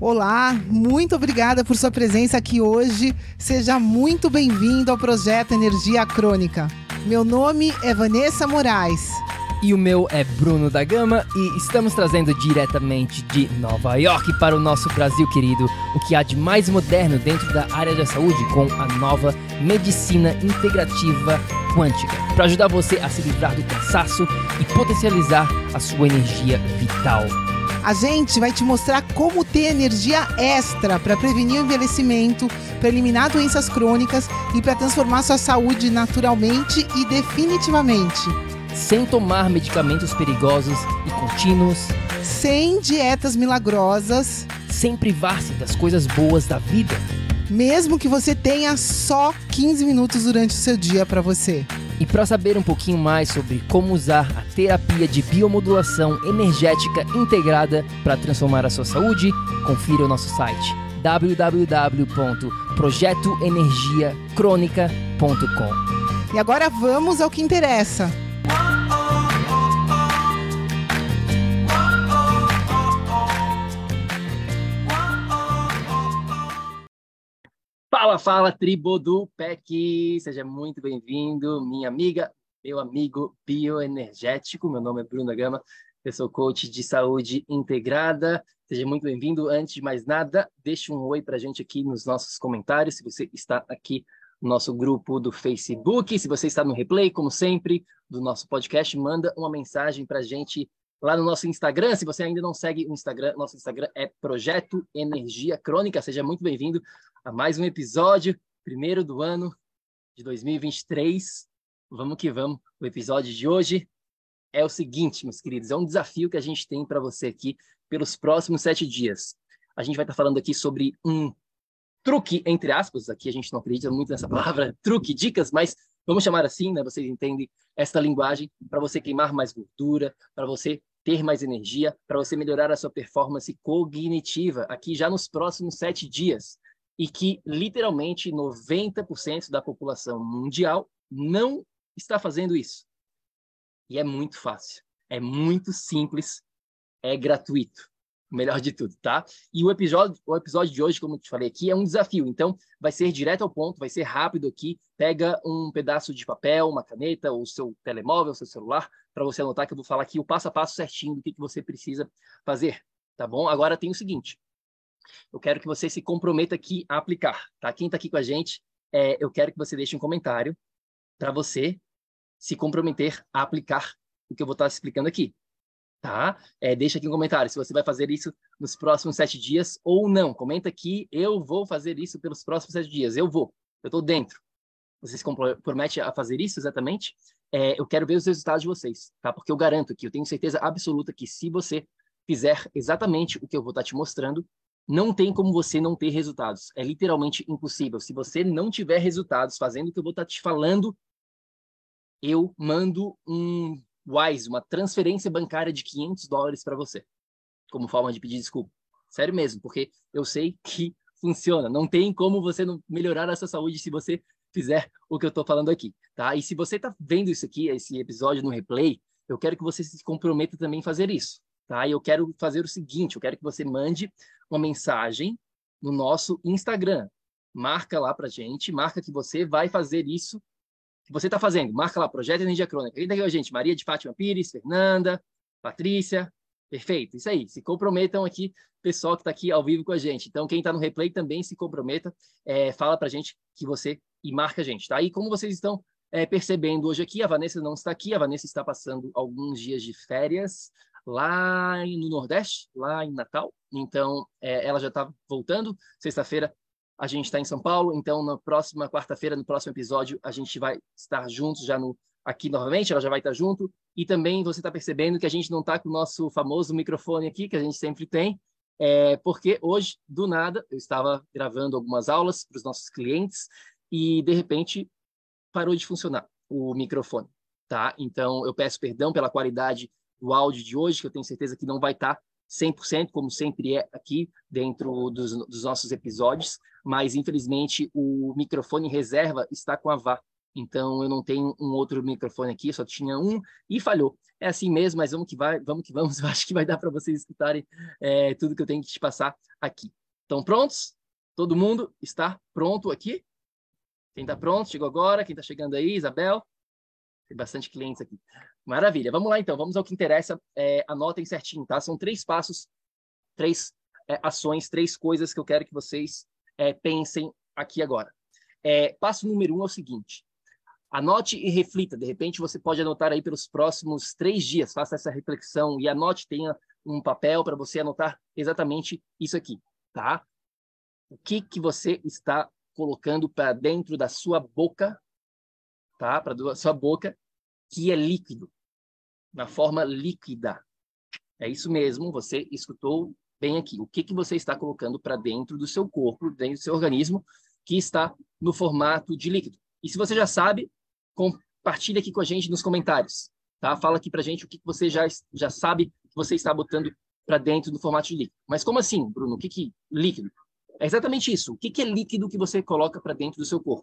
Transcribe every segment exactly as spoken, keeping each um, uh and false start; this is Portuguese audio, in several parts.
Olá, muito obrigada por sua presença aqui hoje. Seja muito bem-vindo ao projeto Energia Crônica. Meu nome é Vanessa Moraes. E o meu é Bruno da Gama e estamos trazendo diretamente de Nova York para o nosso Brasil querido o que há de mais moderno dentro da área da saúde com a nova medicina integrativa quântica, para ajudar você a se livrar do cansaço e potencializar a sua energia vital. A gente vai te mostrar como ter energia extra para prevenir o envelhecimento, para eliminar doenças crônicas e para transformar sua saúde naturalmente e definitivamente. Sem tomar medicamentos perigosos e contínuos. Sem dietas milagrosas. Sem privar-se das coisas boas da vida. Mesmo que você tenha só quinze minutos durante o seu dia para você. E para saber um pouquinho mais sobre como usar a terapia de biomodulação energética integrada para transformar a sua saúde, confira o nosso site w w w ponto projeto energia crônica ponto com. E agora vamos ao que interessa. Fala, fala, tribo do P E C! Seja muito bem-vindo, minha amiga, meu amigo bioenergético. Meu nome é Bruno da Gama, eu sou coach de saúde integrada. Seja muito bem-vindo. Antes de mais nada, deixe um oi para a gente aqui nos nossos comentários, se você está aqui no nosso grupo do Facebook. Se você está no replay, como sempre, do nosso podcast, manda uma mensagem para a gente lá no nosso Instagram. Se você ainda não segue o Instagram, nosso Instagram é Projeto Energia Crônica. Seja muito bem-vindo a mais um episódio, primeiro do ano de dois mil e vinte e três. Vamos que vamos. O episódio de hoje é o seguinte, meus queridos, é um desafio que a gente tem para você aqui pelos próximos sete dias. A gente vai estar falando aqui sobre um truque, entre aspas, aqui a gente não acredita muito nessa palavra, truque, dicas, mas vamos chamar assim, né? Vocês entendem esta linguagem, para você queimar mais gordura, para você ter mais energia, para você melhorar a sua performance cognitiva aqui já nos próximos sete dias. E que, literalmente, noventa por cento da população mundial não está fazendo isso. E é muito fácil, é muito simples, é gratuito. O melhor de tudo, tá? E o episódio, o episódio de hoje, como eu te falei aqui, é um desafio. Então, vai ser direto ao ponto, vai ser rápido aqui. Pega um pedaço de papel, uma caneta, ou seu telemóvel, seu celular, para você anotar que eu vou falar aqui o passo a passo certinho do que, que você precisa fazer, tá bom? Agora tem o seguinte. Eu quero que você se comprometa aqui a aplicar, tá? Quem está aqui com a gente, é, eu quero que você deixe um comentário para você se comprometer a aplicar o que eu vou estar explicando aqui, tá? É, deixa aqui um comentário se você vai fazer isso nos próximos sete dias ou não. Comenta aqui, eu vou fazer isso pelos próximos sete dias. Eu vou, eu estou dentro. Você se compromete a fazer isso exatamente? É, eu quero ver os resultados de vocês, tá? Porque eu garanto que eu tenho certeza absoluta que se você fizer exatamente o que eu vou estar te mostrando, não tem como você não ter resultados. É literalmente impossível. Se você não tiver resultados fazendo o que eu vou estar te falando, eu mando um Wise, uma transferência bancária de quinhentos dólares para você, como forma de pedir desculpa. Sério mesmo, porque eu sei que funciona. Não tem como você não melhorar a sua saúde se você fizer o que eu estou falando aqui, tá? E se você está vendo isso aqui, esse episódio no replay, eu quero que você se comprometa também a fazer isso, tá? E eu quero fazer o seguinte, eu quero que você mande uma mensagem no nosso Instagram. Marca lá pra gente, marca que você vai fazer isso que você está fazendo. Marca lá, Projeto Energia Crônica. Quem tá aqui com a gente? Maria de Fátima Pires, Fernanda, Patrícia. Perfeito, isso aí. Se comprometam aqui, pessoal que está aqui ao vivo com a gente. Então, quem está no replay também se comprometa. É, fala pra gente que você e marca a gente, tá? E como vocês estão é, percebendo hoje aqui, a Vanessa não está aqui. A Vanessa está passando alguns dias de férias lá no Nordeste, lá em Natal. Então, é, ela já está voltando. Sexta-feira a gente está em São Paulo. Então, na próxima quarta-feira, no próximo episódio, a gente vai estar juntos já no, aqui novamente. Ela já vai estar junto. E também você está percebendo que a gente não está com o nosso famoso microfone aqui, que a gente sempre tem, é, porque hoje, do nada, eu estava gravando algumas aulas para os nossos clientes e, de repente, parou de funcionar o microfone, tá? Então, eu peço perdão pela qualidade do áudio de hoje, que eu tenho certeza que não vai estar cem por cento, como sempre é aqui dentro dos, dos nossos episódios, mas, infelizmente, o microfone reserva está com a V A. Então, eu não tenho um outro microfone aqui, só tinha um e falhou. É assim mesmo, mas vamos que vai, vamos que vamos. Eu acho que vai dar para vocês escutarem é, tudo que eu tenho que te passar aqui. Estão prontos? Todo mundo está pronto aqui? Quem está pronto? Chegou agora? Quem está chegando aí? Isabel? Tem bastante clientes aqui. Maravilha. Vamos lá, então. Vamos ao que interessa. É, anotem certinho, tá? São três passos, três é, ações, três coisas que eu quero que vocês é, pensem aqui agora. É, passo número um é o seguinte. Anote e reflita. De repente, você pode anotar aí pelos próximos três dias. Faça essa reflexão e anote, tenha um papel para você anotar exatamente isso aqui, tá? O que, que você está colocando para dentro da sua boca, tá? Para a sua boca, que é líquido, na forma líquida. É isso mesmo, você escutou bem aqui. O que, que você está colocando para dentro do seu corpo, dentro do seu organismo, que está no formato de líquido. E se você já sabe, compartilha aqui com a gente nos comentários, tá? Fala aqui pra gente o que, que você já, já sabe que você está botando para dentro do formato de líquido. Mas como assim, Bruno? O que que líquido? É exatamente isso. O que, que é líquido que você coloca para dentro do seu corpo?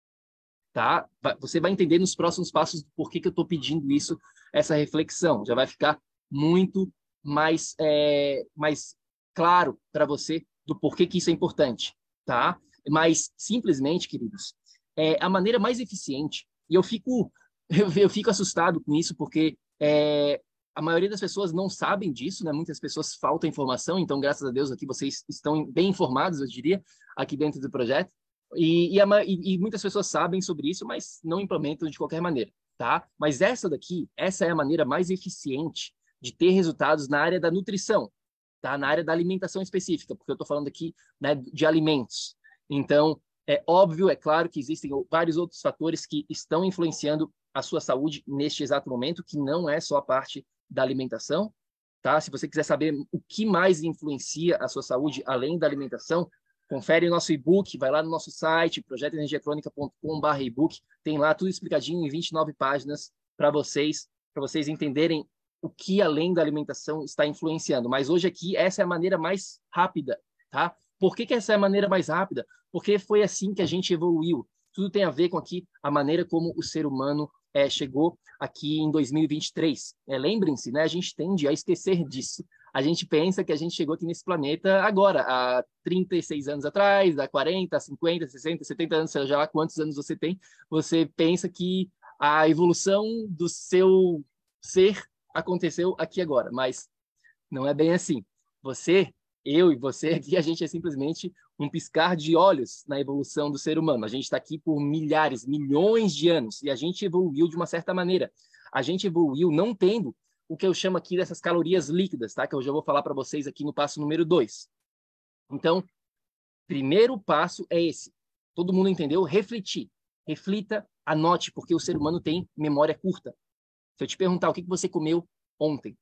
Tá? Você vai entender nos próximos passos por que, que eu estou pedindo isso, essa reflexão. Já vai ficar muito mais, é, mais claro para você do porquê que isso é importante, tá? Mas, simplesmente, queridos, é a maneira mais eficiente, e eu fico, eu, eu fico assustado com isso, porque é, a maioria das pessoas não sabem disso, né? Muitas pessoas faltam informação, então, graças a Deus, aqui vocês estão bem informados, eu diria, aqui dentro do projeto. E, e, a, e, e muitas pessoas sabem sobre isso, mas não implementam de qualquer maneira, tá? Mas essa daqui, essa é a maneira mais eficiente de ter resultados na área da nutrição, tá? Na área da alimentação específica, porque eu estou falando aqui, né, de alimentos. Então, é óbvio, é claro que existem vários outros fatores que estão influenciando a sua saúde neste exato momento, que não é só a parte da alimentação, tá? Se você quiser saber o que mais influencia a sua saúde além da alimentação, confere o nosso e-book, vai lá no nosso site, projeto energia crônica ponto com barra e-book, tem lá tudo explicadinho em vinte e nove páginas para vocês, para vocês entenderem o que além da alimentação está influenciando. Mas hoje aqui, essa é a maneira mais rápida, tá? Por que que essa é a maneira mais rápida? Porque foi assim que a gente evoluiu. Tudo tem a ver com aqui a maneira como o ser humano é, chegou aqui em dois mil e vinte e três. É, lembrem-se, né? A gente tende a esquecer disso. A gente pensa que a gente chegou aqui nesse planeta agora, há trinta e seis anos atrás, há quarenta, cinquenta, sessenta, setenta anos, seja lá quantos anos você tem, você pensa que a evolução do seu ser aconteceu aqui agora, mas não é bem assim. Você, eu e você aqui, a gente é simplesmente um piscar de olhos na evolução do ser humano. A gente está aqui por milhares, milhões de anos e a gente evoluiu de uma certa maneira. A gente evoluiu não tendo o que eu chamo aqui dessas calorias líquidas, tá? Que eu já vou falar para vocês aqui no passo número dois. Então, primeiro passo é esse. Todo mundo entendeu? Refletir. Reflita, anote, porque o ser humano tem memória curta. Se eu te perguntar o que você comeu ontem,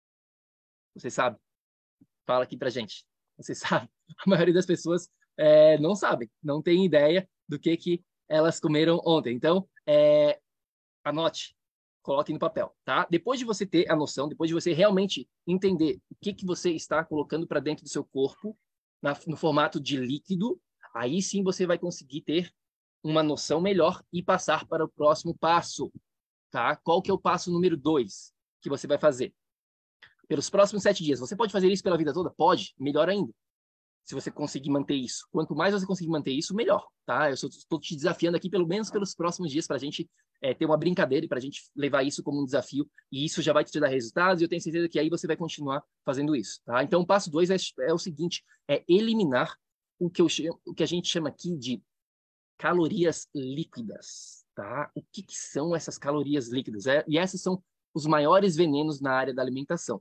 você sabe? Fala aqui pra gente. Você sabe? A maioria das pessoas é, não sabe, não tem ideia do que, que elas comeram ontem. Então, é, anote. Coloque no papel, tá? Depois de você ter a noção, depois de você realmente entender o que, que você está colocando para dentro do seu corpo, na, no formato de líquido, aí sim você vai conseguir ter uma noção melhor e passar para o próximo passo, tá? Qual que é o passo número dois que você vai fazer? Pelos próximos sete dias. Você pode fazer isso pela vida toda? Pode. Melhor ainda. Se você conseguir manter isso. Quanto mais você conseguir manter isso, melhor, tá? Eu estou te desafiando aqui, pelo menos pelos próximos dias, para a gente é, ter uma brincadeira e para a gente levar isso como um desafio. E isso já vai te dar resultados e eu tenho certeza que aí você vai continuar fazendo isso, tá? Então, o passo dois é, é o seguinte, é eliminar o que, eu chamo, o que a gente chama aqui de calorias líquidas, tá? O que, que são essas calorias líquidas? É, e esses são os maiores venenos na área da alimentação.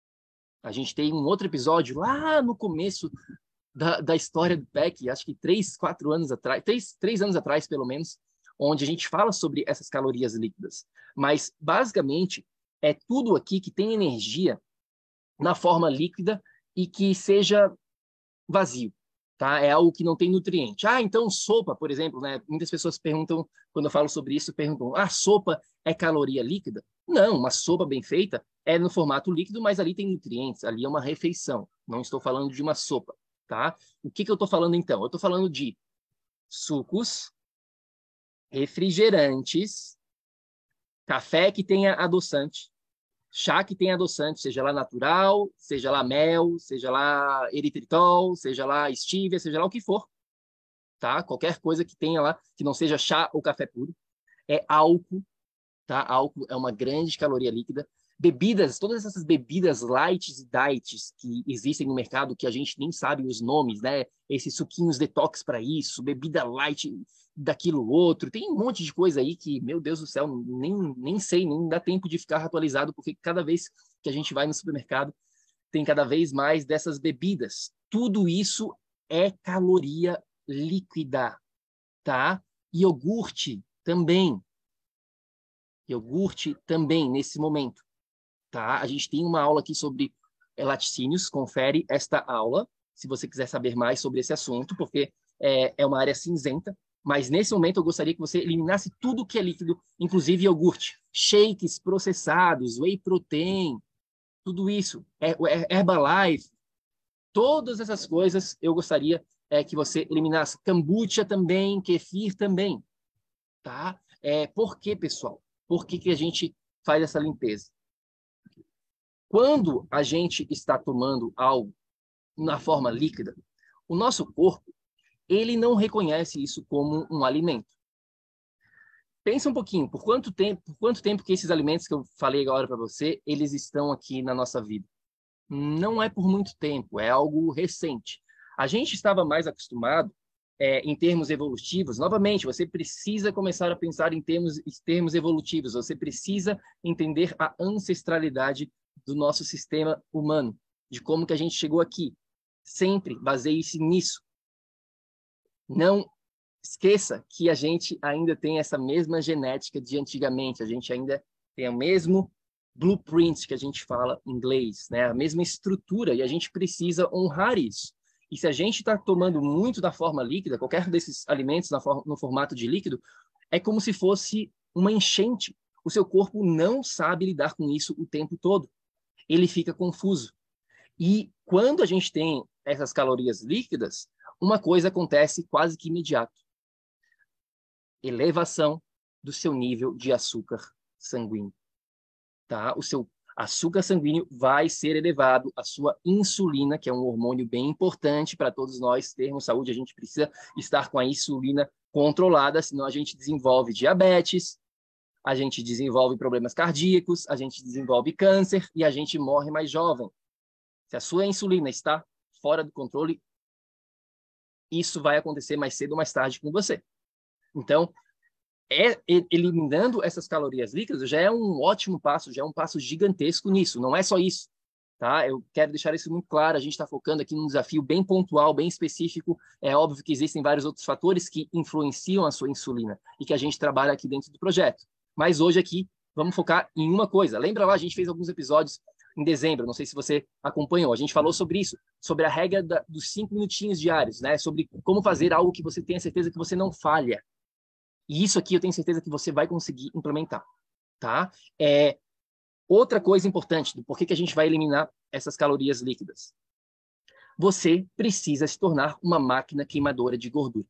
A gente tem um outro episódio lá no começo Da, da história do P E C, acho que três, quatro anos atrás, três, três anos atrás, pelo menos, onde a gente fala sobre essas calorias líquidas. Mas, basicamente, é tudo aqui que tem energia na forma líquida e que seja vazio, tá? É algo que não tem nutriente. Ah, então sopa, por exemplo, né? Muitas pessoas perguntam, quando eu falo sobre isso, perguntam, ah, sopa é caloria líquida? Não, uma sopa bem feita é no formato líquido, mas ali tem nutrientes, ali é uma refeição. Não estou falando de uma sopa. Tá? O que, que eu estou falando, então? Eu estou falando de sucos, refrigerantes, café que tenha adoçante, chá que tenha adoçante, seja lá natural, seja lá mel, seja lá eritritol, seja lá stevia, seja lá o que for, tá? Qualquer coisa que tenha lá, que não seja chá ou café puro. É álcool, tá? Álcool é uma grande caloria líquida. Bebidas, todas essas bebidas light e diets que existem no mercado, que a gente nem sabe os nomes, né? Esses suquinhos detox para isso, bebida light daquilo outro. Tem um monte de coisa aí que, meu Deus do céu, nem, nem sei, nem dá tempo de ficar atualizado, porque cada vez que a gente vai no supermercado, tem cada vez mais dessas bebidas. Tudo isso é caloria líquida, tá? Iogurte também. Iogurte também, nesse momento. Tá? A gente tem uma aula aqui sobre laticínios, confere esta aula, se você quiser saber mais sobre esse assunto, porque é, é uma área cinzenta, mas nesse momento eu gostaria que você eliminasse tudo que é líquido, inclusive iogurte, shakes processados, whey protein, tudo isso, é, é, Herbalife, todas essas coisas eu gostaria é, que você eliminasse. Kombucha também, kefir também, tá? É, por que, pessoal? Por que, que a gente faz essa limpeza? Quando a gente está tomando algo na forma líquida, o nosso corpo, ele não reconhece isso como um alimento. Pensa um pouquinho, por quanto tempo, por quanto tempo que esses alimentos que eu falei agora para você, eles estão aqui na nossa vida? Não é por muito tempo, é algo recente. A gente estava mais acostumado é, em termos evolutivos. Novamente, você precisa começar a pensar em termos, em termos evolutivos. Você precisa entender a ancestralidade do nosso sistema humano, de como que a gente chegou aqui. Sempre baseie-se nisso. Não esqueça que a gente ainda tem essa mesma genética de antigamente, a gente ainda tem o mesmo blueprint que a gente fala em inglês, né? A mesma estrutura, e a gente precisa honrar isso. E se a gente está tomando muito da forma líquida, qualquer desses alimentos na for- no formato de líquido, é como se fosse uma enchente. O seu corpo não sabe lidar com isso o tempo todo. Ele fica confuso. E quando a gente tem essas calorias líquidas, uma coisa acontece quase que imediato. Elevação do seu nível de açúcar sanguíneo. Tá? O seu açúcar sanguíneo vai ser elevado, a sua insulina, que é um hormônio bem importante para todos nós termos saúde, a gente precisa estar com a insulina controlada, senão a gente desenvolve diabetes, a gente desenvolve problemas cardíacos, a gente desenvolve câncer e a gente morre mais jovem. Se a sua insulina está fora do controle, isso vai acontecer mais cedo ou mais tarde com você. Então, é, eliminando essas calorias líquidas já é um ótimo passo, já é um passo gigantesco nisso. Não é só isso, tá? Eu quero deixar isso muito claro. A gente está focando aqui num desafio bem pontual, bem específico. É óbvio que existem vários outros fatores que influenciam a sua insulina e que a gente trabalha aqui dentro do projeto. Mas hoje aqui vamos focar em uma coisa. Lembra lá, a gente fez alguns episódios em dezembro, não sei se você acompanhou. A gente falou sobre isso, sobre a regra da, dos cinco minutinhos diários, né? Sobre como fazer algo que você tenha certeza que você não falha. E isso aqui eu tenho certeza que você vai conseguir implementar, tá? É, outra coisa importante do porquê que a gente vai eliminar essas calorias líquidas. Você precisa se tornar uma máquina queimadora de gordura.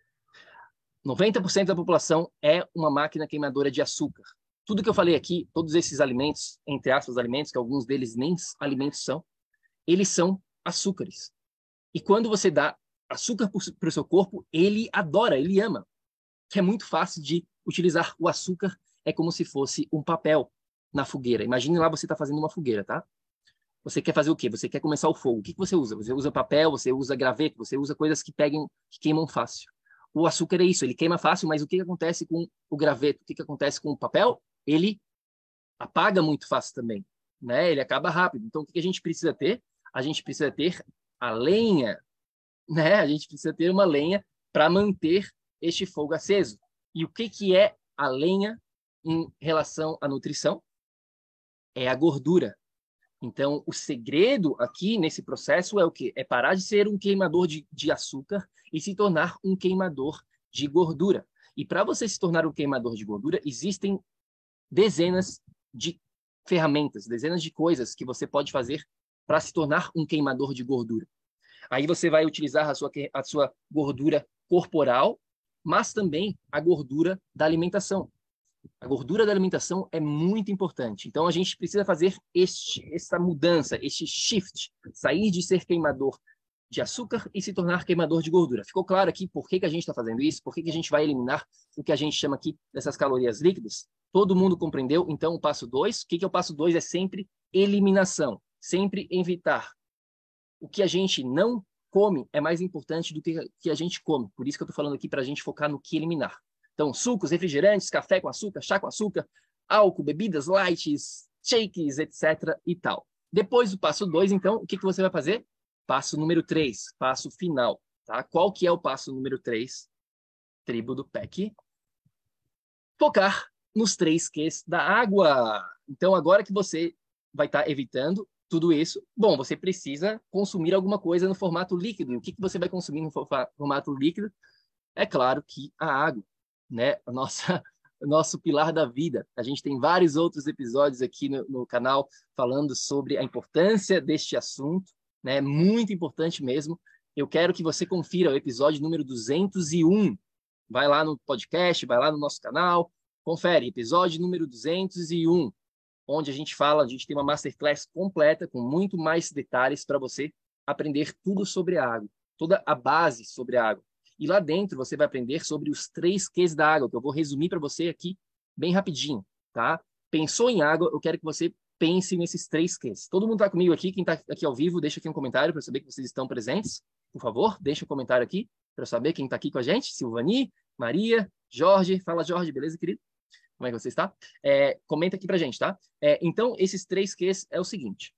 noventa por cento da população é uma máquina queimadora de açúcar. Tudo que eu falei aqui, todos esses alimentos, entre aspas, alimentos, que alguns deles nem alimentos são, eles são açúcares. E quando você dá açúcar para o seu corpo, ele adora, ele ama. Que é muito fácil de utilizar o açúcar, é como se fosse um papel na fogueira. Imagine lá você está fazendo uma fogueira, tá? Você quer fazer o quê? Você quer começar o fogo. O que, que você usa? Você usa papel, você usa graveto, você usa coisas que peguem, que queimam fácil. O açúcar é isso, ele queima fácil, mas o que, que acontece com o graveto? O que, que acontece com o papel? Ele apaga muito fácil também, né? Ele acaba rápido. Então, o que, que a gente precisa ter? A gente precisa ter a lenha, né? A gente precisa ter uma lenha para manter este fogo aceso. E o que, que é a lenha em relação à nutrição? É a gordura. Então, o segredo aqui nesse processo é o quê? É parar de ser um queimador de, de açúcar e se tornar um queimador de gordura. E para você se tornar um queimador de gordura, existem dezenas de ferramentas, dezenas de coisas que você pode fazer para se tornar um queimador de gordura. Aí você vai utilizar a sua, a sua gordura corporal, mas também a gordura da alimentação. A gordura da alimentação é muito importante. Então, a gente precisa fazer este, essa mudança, este shift, sair de ser queimador de açúcar e se tornar queimador de gordura. Ficou claro aqui por que, que a gente está fazendo isso? Por que, que a gente vai eliminar o que a gente chama aqui dessas calorias líquidas? Todo mundo compreendeu? Então, o passo dois, o que, que é o passo dois? É sempre eliminação, sempre evitar. O que a gente não come é mais importante do que, que a gente come. Por isso que eu estou falando aqui para a gente focar no que eliminar. Então, sucos, refrigerantes, café com açúcar, chá com açúcar, álcool, bebidas light, shakes, etc. e tal. Depois do passo dois, então, o que, que você vai fazer? Passo número três, passo final. Tá? Qual que é o passo número três? Tribo do P E C. Focar nos três Qs da água. Então, agora que você vai estar tá evitando tudo isso, bom, você precisa consumir alguma coisa no formato líquido. E o que, que você vai consumir no formato líquido? É claro que a água. Né? A nossa, o nosso pilar da vida. A gente tem vários outros episódios aqui no, no canal falando sobre a importância deste assunto, né? Muito importante mesmo. Eu quero que você confira o episódio número duzentos e um. Vai lá no podcast, vai lá no nosso canal, confere, episódio número duzentos e um, onde a gente fala, a gente tem uma masterclass completa com muito mais detalhes para você aprender tudo sobre a água, toda a base sobre a água. E lá dentro você vai aprender sobre os três Qs da água, que eu vou resumir para você aqui bem rapidinho, tá? Pensou em água, eu quero que você pense nesses três Qs. Todo mundo está comigo aqui? Quem está aqui ao vivo, deixa aqui um comentário para eu saber que vocês estão presentes. Por favor, deixa um comentário aqui para eu saber quem está aqui com a gente. Silvani, Maria, Jorge. Fala, Jorge, beleza, querido? Como é que você está? É, comenta aqui para a gente, tá? É, então, esses três Qs é o seguinte.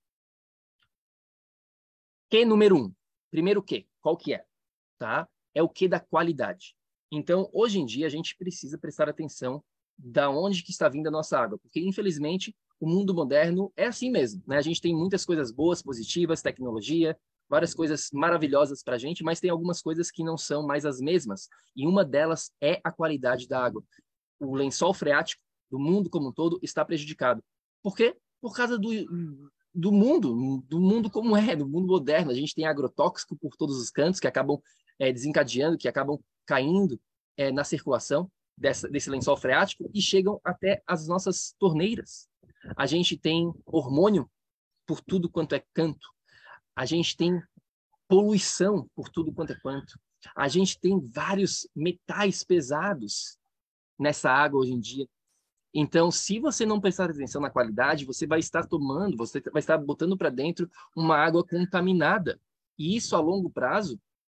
Q número um. Primeiro Q, qual que é? Tá? É o que da qualidade. Então, hoje em dia, a gente precisa prestar atenção da onde que está vindo a nossa água, porque, infelizmente, o mundo moderno é assim mesmo, né? A gente tem muitas coisas boas, positivas, tecnologia, várias coisas maravilhosas para a gente, mas tem algumas coisas que não são mais as mesmas, e uma delas é a qualidade da água. O lençol freático do mundo como um todo está prejudicado. Por quê? Por causa do, do mundo, do mundo como é, do mundo moderno. A gente tem agrotóxico por todos os cantos que acabam É, desencadeando, que acabam caindo é, na circulação dessa, desse lençol freático e chegam até as nossas torneiras. A gente tem hormônio por tudo quanto é canto. A gente tem poluição por tudo quanto é quanto. A gente tem vários metais pesados nessa água hoje em dia. Então, se você não prestar atenção na qualidade, você vai estar tomando, você vai estar botando para dentro uma água contaminada. E isso, a longo prazo,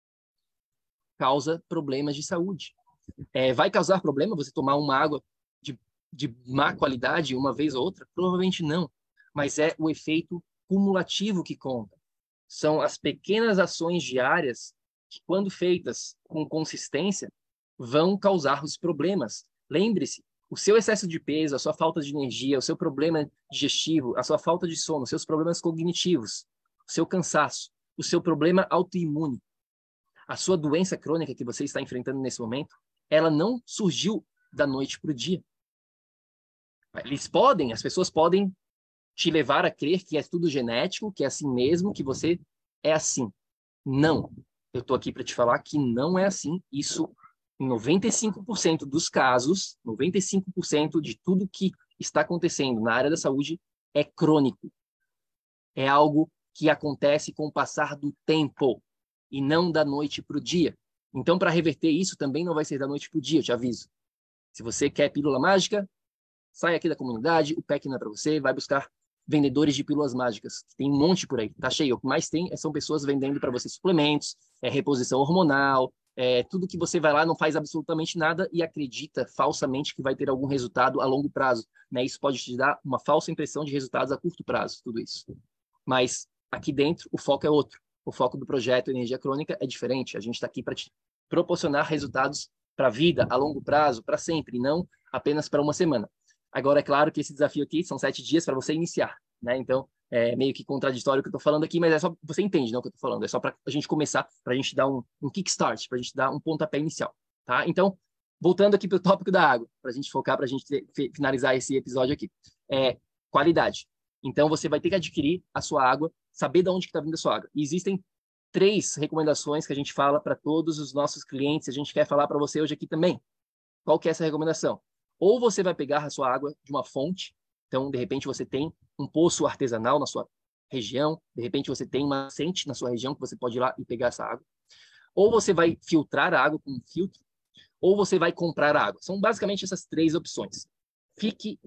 causa problemas de saúde. É, vai causar problema você tomar uma água de, de má qualidade uma vez ou outra? Provavelmente não. Mas é o efeito cumulativo que conta. São as pequenas ações diárias que, quando feitas com consistência, vão causar os problemas. Lembre-se, o seu excesso de peso, a sua falta de energia, o seu problema digestivo, a sua falta de sono, os seus problemas cognitivos, o seu cansaço, o seu problema autoimune, a sua doença crônica que você está enfrentando nesse momento, ela não surgiu da noite para o dia. Eles podem, as pessoas podem te levar a crer que é tudo genético, que é assim mesmo, que você é assim. Não. Eu estou aqui para te falar que não é assim. Isso, em noventa e cinco por cento dos casos, noventa e cinco por cento de tudo que está acontecendo na área da saúde é crônico. É algo que acontece com o passar do tempo e não da noite para o dia. Então, para reverter isso, também não vai ser da noite para o dia, eu te aviso. Se você quer pílula mágica, sai aqui da comunidade, o P E C não é para você, vai buscar vendedores de pílulas mágicas. Tem um monte por aí, tá cheio. O que mais tem são pessoas vendendo para você suplementos, é, reposição hormonal, é, tudo que você vai lá não faz absolutamente nada e acredita falsamente que vai ter algum resultado a longo prazo. Né? Isso pode te dar uma falsa impressão de resultados a curto prazo, tudo isso. Mas aqui dentro o foco é outro. O foco do projeto Energia Crônica é diferente. A gente está aqui para te proporcionar resultados para a vida, a longo prazo, para sempre, não apenas para uma semana. Agora, é claro que esse desafio aqui são sete dias para você iniciar, né? Então, é meio que contraditório o que eu estou falando aqui, mas é só você entende, não, o que eu estou falando. É só para a gente começar, para a gente dar um, um kickstart, para a gente dar um pontapé inicial, tá? Então, voltando aqui para o tópico da água, para a gente focar, para a gente ter, finalizar esse episódio aqui. É qualidade. Então, você vai ter que adquirir a sua água, saber de onde está vindo a sua água. E existem três recomendações que a gente fala para todos os nossos clientes. A gente quer falar para você hoje aqui também. Qual que é essa recomendação? Ou você vai pegar a sua água de uma fonte. Então, de repente, você tem um poço artesanal na sua região. De repente, você tem uma nascente na sua região que você pode ir lá e pegar essa água. Ou você vai filtrar a água com um filtro. Ou você vai comprar água. São basicamente essas três opções. Fique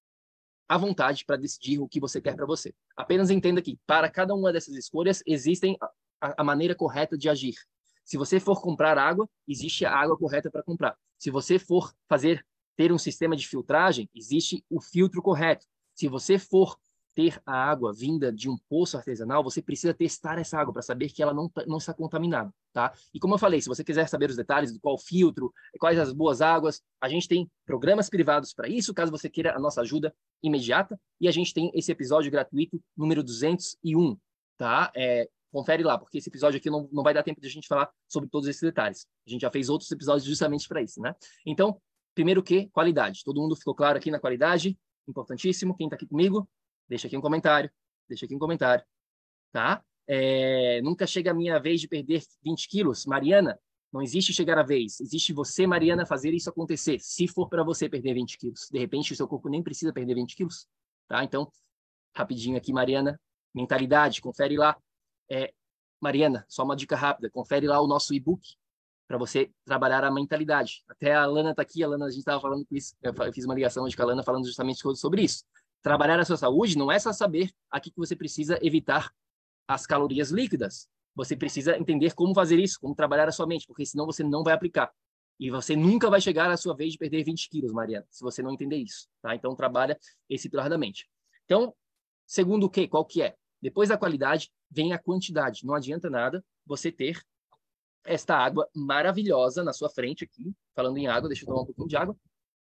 à vontade para decidir o que você quer para você. Apenas entenda que, para cada uma dessas escolhas, existem a, a maneira correta de agir. Se você for comprar água, existe a água correta para comprar. Se você for fazer ter um sistema de filtragem, existe o filtro correto. Se você for ter a água vinda de um poço artesanal, você precisa testar essa água para saber que ela não, não está contaminada, tá? E como eu falei, se você quiser saber os detalhes do qual filtro, quais as boas águas, a gente tem programas privados para isso, caso você queira a nossa ajuda imediata, e a gente tem esse episódio gratuito número duzentos e um, tá? É, confere lá, porque esse episódio aqui não, não vai dar tempo de a gente falar sobre todos esses detalhes. A gente já fez outros episódios justamente para isso, né? Então, primeiro que, qualidade. Todo mundo ficou claro aqui na qualidade? Importantíssimo. Quem está aqui comigo? Deixa aqui um comentário, deixa aqui um comentário, tá? É, nunca chega a minha vez de perder vinte quilos. Mariana, não existe chegar a vez. Existe você, Mariana, fazer isso acontecer. Se for para você perder vinte quilos. De repente, o seu corpo nem precisa perder vinte quilos, tá? Então, rapidinho aqui, Mariana. Mentalidade, confere lá. É, Mariana, só uma dica rápida. Confere lá o nosso e-book para você trabalhar a mentalidade. Até a Lana está aqui. A Lana, a gente estava falando com isso. Eu fiz uma ligação hoje com a Lana falando justamente sobre isso. Trabalhar a sua saúde não é só saber aqui que você precisa evitar as calorias líquidas. Você precisa entender como fazer isso, como trabalhar a sua mente, porque senão você não vai aplicar. E você nunca vai chegar à sua vez de perder vinte quilos, Mariana, se você não entender isso, tá? Então, trabalha esse pilar da mente. Então, segundo o quê? Qual que é? Depois da qualidade, vem a quantidade. Não adianta nada você ter esta água maravilhosa na sua frente aqui. Falando em água, deixa eu tomar um pouquinho de água.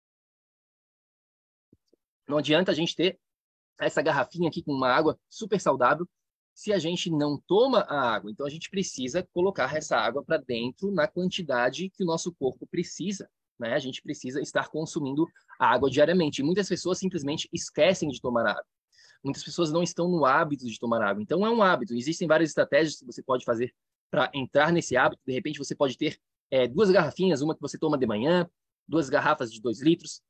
Não adianta a gente ter essa garrafinha aqui com uma água super saudável se a gente não toma a água. Então, a gente precisa colocar essa água para dentro na quantidade que o nosso corpo precisa, né? A gente precisa estar consumindo a água diariamente. E muitas pessoas simplesmente esquecem de tomar água. Muitas pessoas não estão no hábito de tomar água. Então, é um hábito. Existem várias estratégias que você pode fazer para entrar nesse hábito. De repente, você pode ter é, duas garrafinhas, uma que você toma de manhã, duas garrafas de dois litros,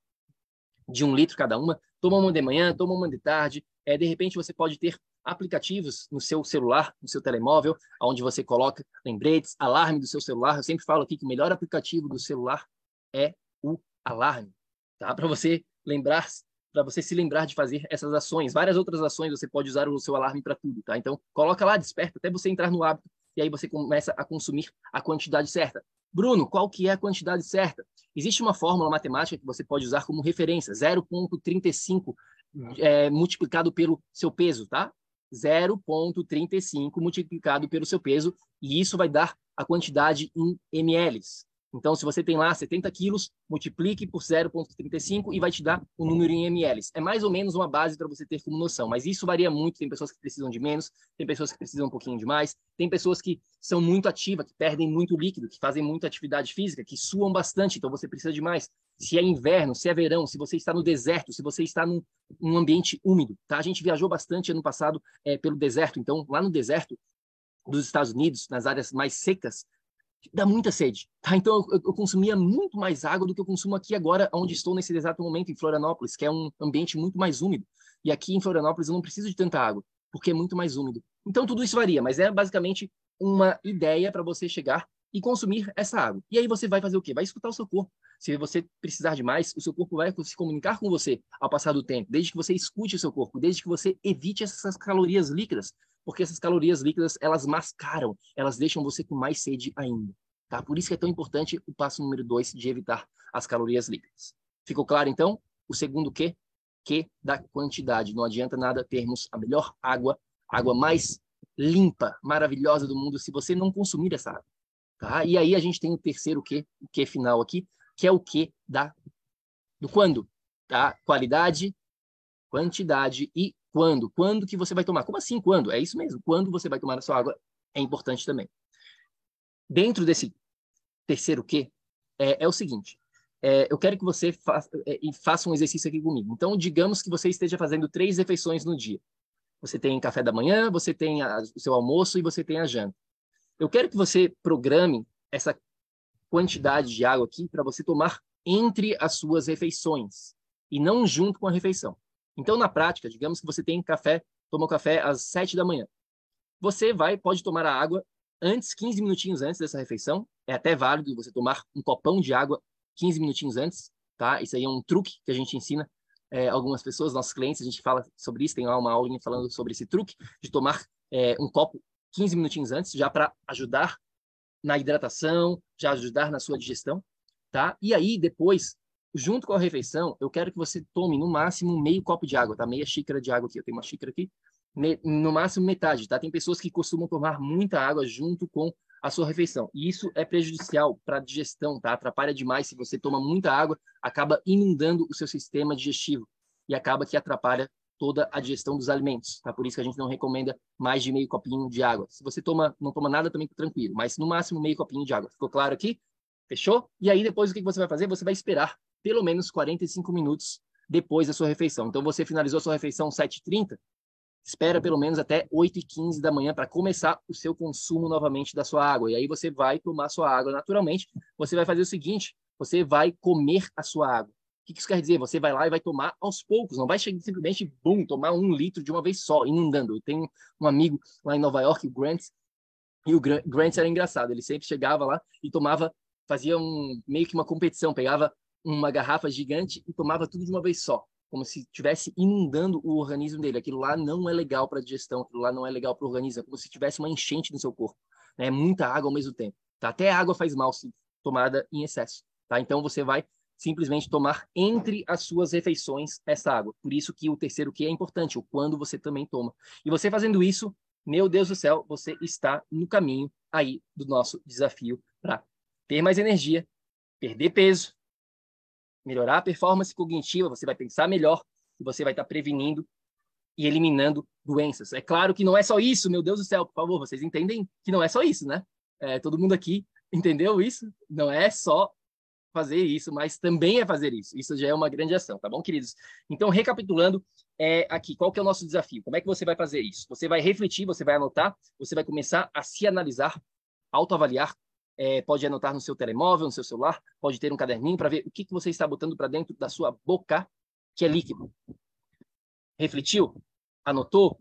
de um litro cada uma, toma uma de manhã, toma uma de tarde. É, de repente, você pode ter aplicativos no seu celular, no seu telemóvel, onde você coloca lembretes, alarme do seu celular. Eu sempre falo aqui que o melhor aplicativo do celular é o alarme, tá? Para você lembrar, para você se lembrar de fazer essas ações. Várias outras ações você pode usar o seu alarme para tudo, tá? Então, coloca lá, desperta, até você entrar no hábito, e aí você começa a consumir a quantidade certa. Bruno, qual que é a quantidade certa? Existe uma fórmula matemática que você pode usar como referência, zero vírgula trinta e cinco é, multiplicado pelo seu peso, tá? zero vírgula trinta e cinco multiplicado pelo seu peso, e isso vai dar a quantidade em ml. Então, se você tem lá setenta quilos, multiplique por zero vírgula trinta e cinco e vai te dar o número em ml. É mais ou menos uma base para você ter como noção, mas isso varia muito. Tem pessoas que precisam de menos, tem pessoas que precisam um pouquinho de mais, tem pessoas que são muito ativas, que perdem muito líquido, que fazem muita atividade física, que suam bastante, então você precisa de mais. Se é inverno, se é verão, se você está no deserto, se você está num, num ambiente úmido, tá? A gente viajou bastante ano passado é, pelo deserto, então lá no deserto dos Estados Unidos, nas áreas mais secas, dá muita sede, tá? Então eu, eu consumia muito mais água do que eu consumo aqui agora, onde estou nesse exato momento, em Florianópolis, que é um ambiente muito mais úmido. E aqui em Florianópolis eu não preciso de tanta água, porque é muito mais úmido. Então tudo isso varia, mas é basicamente uma ideia para você chegar e consumir essa água. E aí você vai fazer o quê? Vai escutar o seu corpo. Se você precisar de mais, o seu corpo vai se comunicar com você ao passar do tempo, desde que você escute o seu corpo, desde que você evite essas calorias líquidas, porque essas calorias líquidas, elas mascaram, elas deixam você com mais sede ainda, tá? Por isso que é tão importante o passo número dois de evitar as calorias líquidas. Ficou claro, então? O segundo Q? Q da quantidade. Não adianta nada termos a melhor água, água mais limpa, maravilhosa do mundo, se você não consumir essa água, tá? E aí a gente tem o terceiro Q, o Q final aqui, que é o Q da, do quando, tá? Qualidade, quantidade e quando. Quando que você vai tomar? Como assim quando? É isso mesmo. Quando você vai tomar a sua água é importante também. Dentro desse terceiro Q, é, é o seguinte. É, eu quero que você faça, é, faça um exercício aqui comigo. Então, digamos que você esteja fazendo três refeições no dia. Você tem café da manhã, você tem a, o seu almoço e você tem a janta. Eu quero que você programe essa quantidade de água aqui para você tomar entre as suas refeições e não junto com a refeição. Então, na prática, digamos que você tem café, toma o café às sete da manhã. Você vai, pode tomar a água antes, quinze minutinhos antes dessa refeição. É até válido você tomar um copão de água quinze minutinhos antes, tá? Isso aí é um truque que a gente ensina é, algumas pessoas, nossos clientes, a gente fala sobre isso, tem lá uma aulinha falando sobre esse truque de tomar é, um copo quinze minutinhos antes, já para ajudar na hidratação, já ajudar na sua digestão, tá? E aí, depois, junto com a refeição, eu quero que você tome no máximo meio copo de água, tá? Meia xícara de água aqui, eu tenho uma xícara aqui, no máximo metade, tá? Tem pessoas que costumam tomar muita água junto com a sua refeição. E isso é prejudicial para a digestão, tá? Atrapalha demais. Se você toma muita água, acaba inundando o seu sistema digestivo e acaba que atrapalha toda a digestão dos alimentos, tá? Por isso que a gente não recomenda mais de meio copinho de água. Se você toma, não toma nada, também tranquilo, mas no máximo meio copinho de água. Ficou claro aqui? Fechou? E aí depois o que você vai fazer? Você vai esperar pelo menos quarenta e cinco minutos depois da sua refeição. Então você finalizou a sua refeição às sete e trinta, espera pelo menos até oito e quinze da manhã para começar o seu consumo novamente da sua água. E aí você vai tomar sua água naturalmente. Você vai fazer o seguinte, você vai comer a sua água. O que isso quer dizer? Você vai lá e vai tomar aos poucos. Não vai chegar simplesmente, bum, tomar um litro de uma vez só, inundando. Eu tenho um amigo lá em Nova York, o Grant, e o Grant era engraçado. Ele sempre chegava lá e tomava, fazia um, meio que uma competição, pegava uma garrafa gigante e tomava tudo de uma vez só, como se estivesse inundando o organismo dele. Aquilo lá não é legal para a digestão, aquilo lá não é legal para o organismo, é como se tivesse uma enchente no seu corpo, né? Muita água ao mesmo tempo, tá? Até a água faz mal se tomada em excesso, tá? Então você vai simplesmente tomar entre as suas refeições essa água. Por isso que o terceiro que é importante, o quando você também toma. E você fazendo isso, meu Deus do céu, você está no caminho aí do nosso desafio para ter mais energia, perder peso, melhorar a performance cognitiva, você vai pensar melhor e você vai estar prevenindo e eliminando doenças. É claro que não é só isso, meu Deus do céu, por favor, vocês entendem que não é só isso, né? É, todo mundo aqui entendeu isso? Não é só fazer isso, mas também é fazer isso. Isso já é uma grande ação, tá bom, queridos? Então, recapitulando, é, aqui, qual que é o nosso desafio? Como é que você vai fazer isso? Você vai refletir, você vai anotar, você vai começar a se analisar, autoavaliar. É, pode anotar no seu telemóvel, no seu celular, pode ter um caderninho para ver o que, que você está botando para dentro da sua boca, que é líquido. Refletiu? Anotou?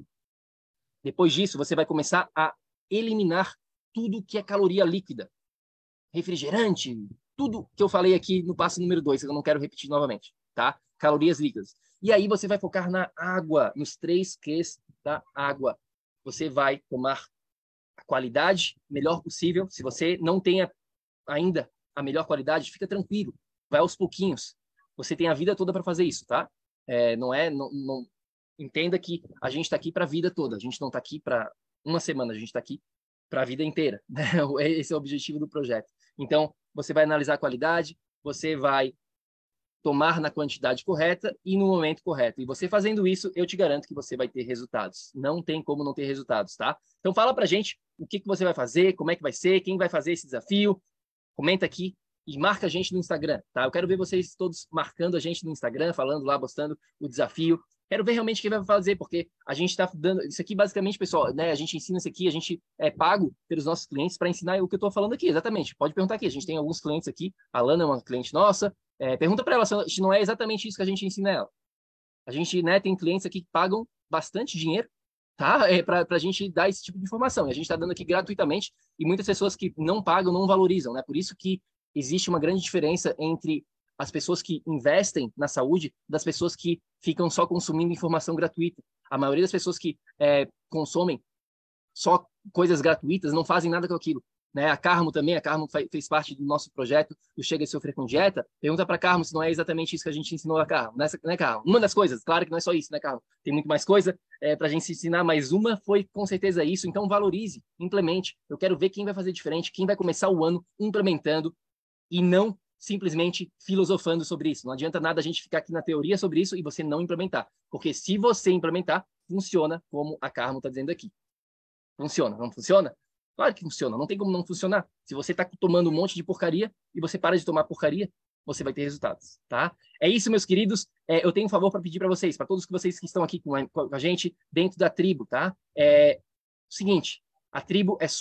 Depois disso, você vai começar a eliminar tudo que é caloria líquida. Refrigerante, tudo que eu falei aqui no passo número dois, que eu não quero repetir novamente, tá? Calorias líquidas. E aí você vai focar na água, nos três Qs da água. Você vai tomar a qualidade melhor possível. Se você não tem ainda a melhor qualidade, fica tranquilo, vai aos pouquinhos. Você tem a vida toda para fazer isso, tá? É, não é, não, não... Entenda que a gente está aqui para a vida toda. A gente não está aqui para uma semana, a gente está aqui para a vida inteira. Esse é o objetivo do projeto. Então, você vai analisar a qualidade, você vai tomar na quantidade correta e no momento correto. E você fazendo isso, eu te garanto que você vai ter resultados. Não tem como não ter resultados, tá? Então fala pra gente o que, que você vai fazer, como é que vai ser, quem vai fazer esse desafio. Comenta aqui e marca a gente no Instagram, tá? Eu quero ver vocês todos marcando a gente no Instagram, falando lá, postando o desafio. Quero ver realmente quem vai fazer, porque a gente está dando... Isso aqui, basicamente, pessoal, né? A gente ensina isso aqui, a gente é pago pelos nossos clientes para ensinar o que eu estou falando aqui, exatamente. Pode perguntar aqui, a gente tem alguns clientes aqui, a Lana é uma cliente nossa, é, pergunta para ela se não é exatamente isso que a gente ensina ela. A gente, né, tem clientes aqui que pagam bastante dinheiro, tá? É, para a gente dar esse tipo de informação. E a gente está dando aqui gratuitamente e muitas pessoas que não pagam não valorizam, né? Por isso que existe uma grande diferença entre as pessoas que investem na saúde das pessoas que ficam só consumindo informação gratuita. A maioria das pessoas que é, consomem só coisas gratuitas não fazem nada com aquilo, né? A Carmo também, a Carmo fez parte do nosso projeto do Chega de Sofrer com Dieta. Pergunta para a Carmo se não é exatamente isso que a gente ensinou a Carmo, né, né, Carmo? Uma das coisas, claro que não é só isso, né, Carmo? Tem muito mais coisa é, para a gente ensinar, mas uma foi com certeza isso. Então valorize, implemente. Eu quero ver quem vai fazer diferente, quem vai começar o ano implementando e não simplesmente filosofando sobre isso. Não adianta nada a gente ficar aqui na teoria sobre isso e você não implementar. Porque se você implementar, funciona como a Carmo está dizendo aqui. Funciona, não funciona? Claro que funciona, não tem como não funcionar. Se você está tomando um monte de porcaria e você para de tomar porcaria, você vai ter resultados, tá? É isso, meus queridos. É, eu tenho um favor para pedir para vocês, para todos vocês que estão aqui com a, com a gente dentro da tribo, tá? É o seguinte, a tribo é sua,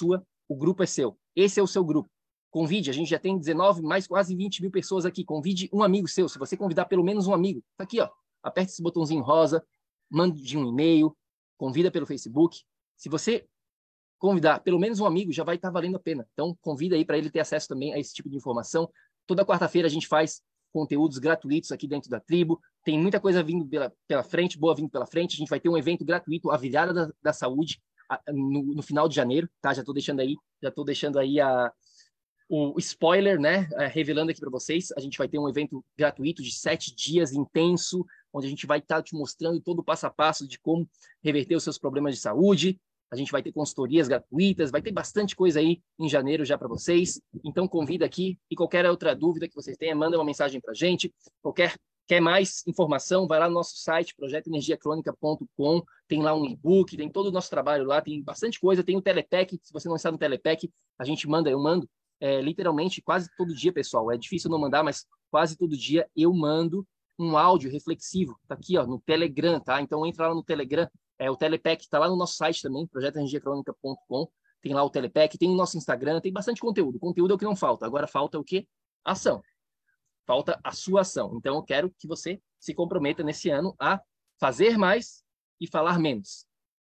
o grupo é seu. Esse é o seu grupo. Convide, a gente já tem dezenove, mais quase vinte mil pessoas aqui. Convide um amigo seu. Se você convidar pelo menos um amigo, tá aqui, ó. Aperta esse botãozinho rosa, mande um e-mail, convida pelo Facebook. Se você convidar pelo menos um amigo, já vai estar valendo a pena. Então, convida aí para ele ter acesso também a esse tipo de informação. Toda quarta-feira a gente faz conteúdos gratuitos aqui dentro da tribo. Tem muita coisa vindo pela, pela frente, boa vindo pela frente. A gente vai ter um evento gratuito, a Virada da, da Saúde, a, no, no final de janeiro, tá? Já estou deixando aí, já estou deixando aí a... o spoiler, né, é, revelando aqui para vocês, a gente vai ter um evento gratuito de sete dias intenso, onde a gente vai estar tá te mostrando todo o passo a passo de como reverter os seus problemas de saúde. A gente vai ter consultorias gratuitas, vai ter bastante coisa aí em janeiro já para vocês. Então convida aqui, e qualquer outra dúvida que vocês tenham, manda uma mensagem para a gente. Qualquer quer mais informação, vai lá no nosso site, projeto energia crônica ponto com, tem lá um e-book, tem todo o nosso trabalho lá, tem bastante coisa, tem o Telepec, se você não está no Telepec, a gente manda, eu mando, É, literalmente, quase todo dia, pessoal. É difícil não mandar, mas quase todo dia eu mando um áudio reflexivo. Tá aqui, ó, no Telegram, tá? Então, entra lá no Telegram. É, o Telepec tá lá no nosso site também, projeto energia crônica ponto com. Tem lá o Telepec, tem o nosso Instagram, tem bastante conteúdo. Conteúdo é o que não falta. Agora falta o quê? Ação. Falta a sua ação. Então, eu quero que você se comprometa nesse ano a fazer mais e falar menos.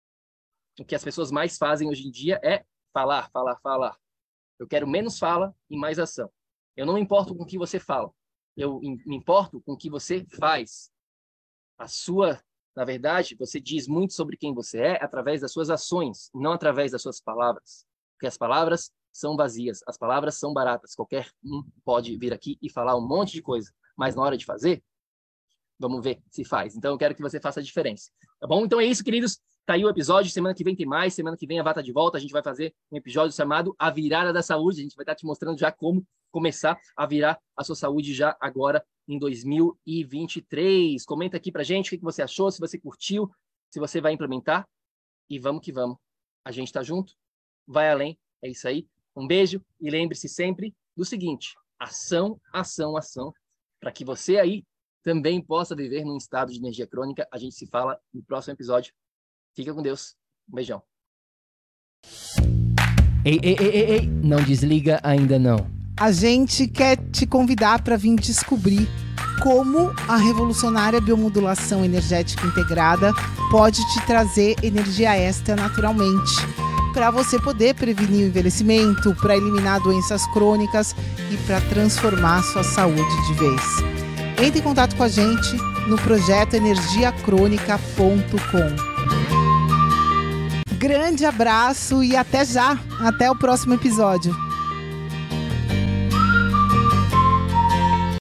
O que as pessoas mais fazem hoje em dia é falar, falar, falar. Eu quero menos fala e mais ação. Eu não me importo com o que você fala. Eu me importo com o que você faz. A sua, na verdade, você diz muito sobre quem você é através das suas ações, não através das suas palavras. Porque as palavras são vazias, as palavras são baratas. Qualquer um pode vir aqui e falar um monte de coisa. Mas na hora de fazer, vamos ver se faz. Então eu quero que você faça a diferença. Tá bom? Então é isso, queridos. Tá aí o episódio, semana que vem tem mais, semana que vem a Vata de volta, a gente vai fazer um episódio chamado A Virada da Saúde, a gente vai estar te mostrando já como começar a virar a sua saúde já agora em dois mil e vinte e três. Comenta aqui pra gente o que você achou, se você curtiu, se você vai implementar, e vamos que vamos. A gente tá junto, vai além, é isso aí. Um beijo e lembre-se sempre do seguinte, ação, ação, ação, para que você aí também possa viver num estado de energia crônica. A gente se fala no próximo episódio. Fica com Deus. Um beijão. Ei, ei, ei, ei, ei, não desliga ainda não. A gente quer te convidar para vir descobrir como a revolucionária biomodulação energética integrada pode te trazer energia extra naturalmente, para você poder prevenir o envelhecimento, para eliminar doenças crônicas e para transformar sua saúde de vez. Entre em contato com a gente no projeto energia crônica ponto com. Grande abraço e até já! Até o próximo episódio!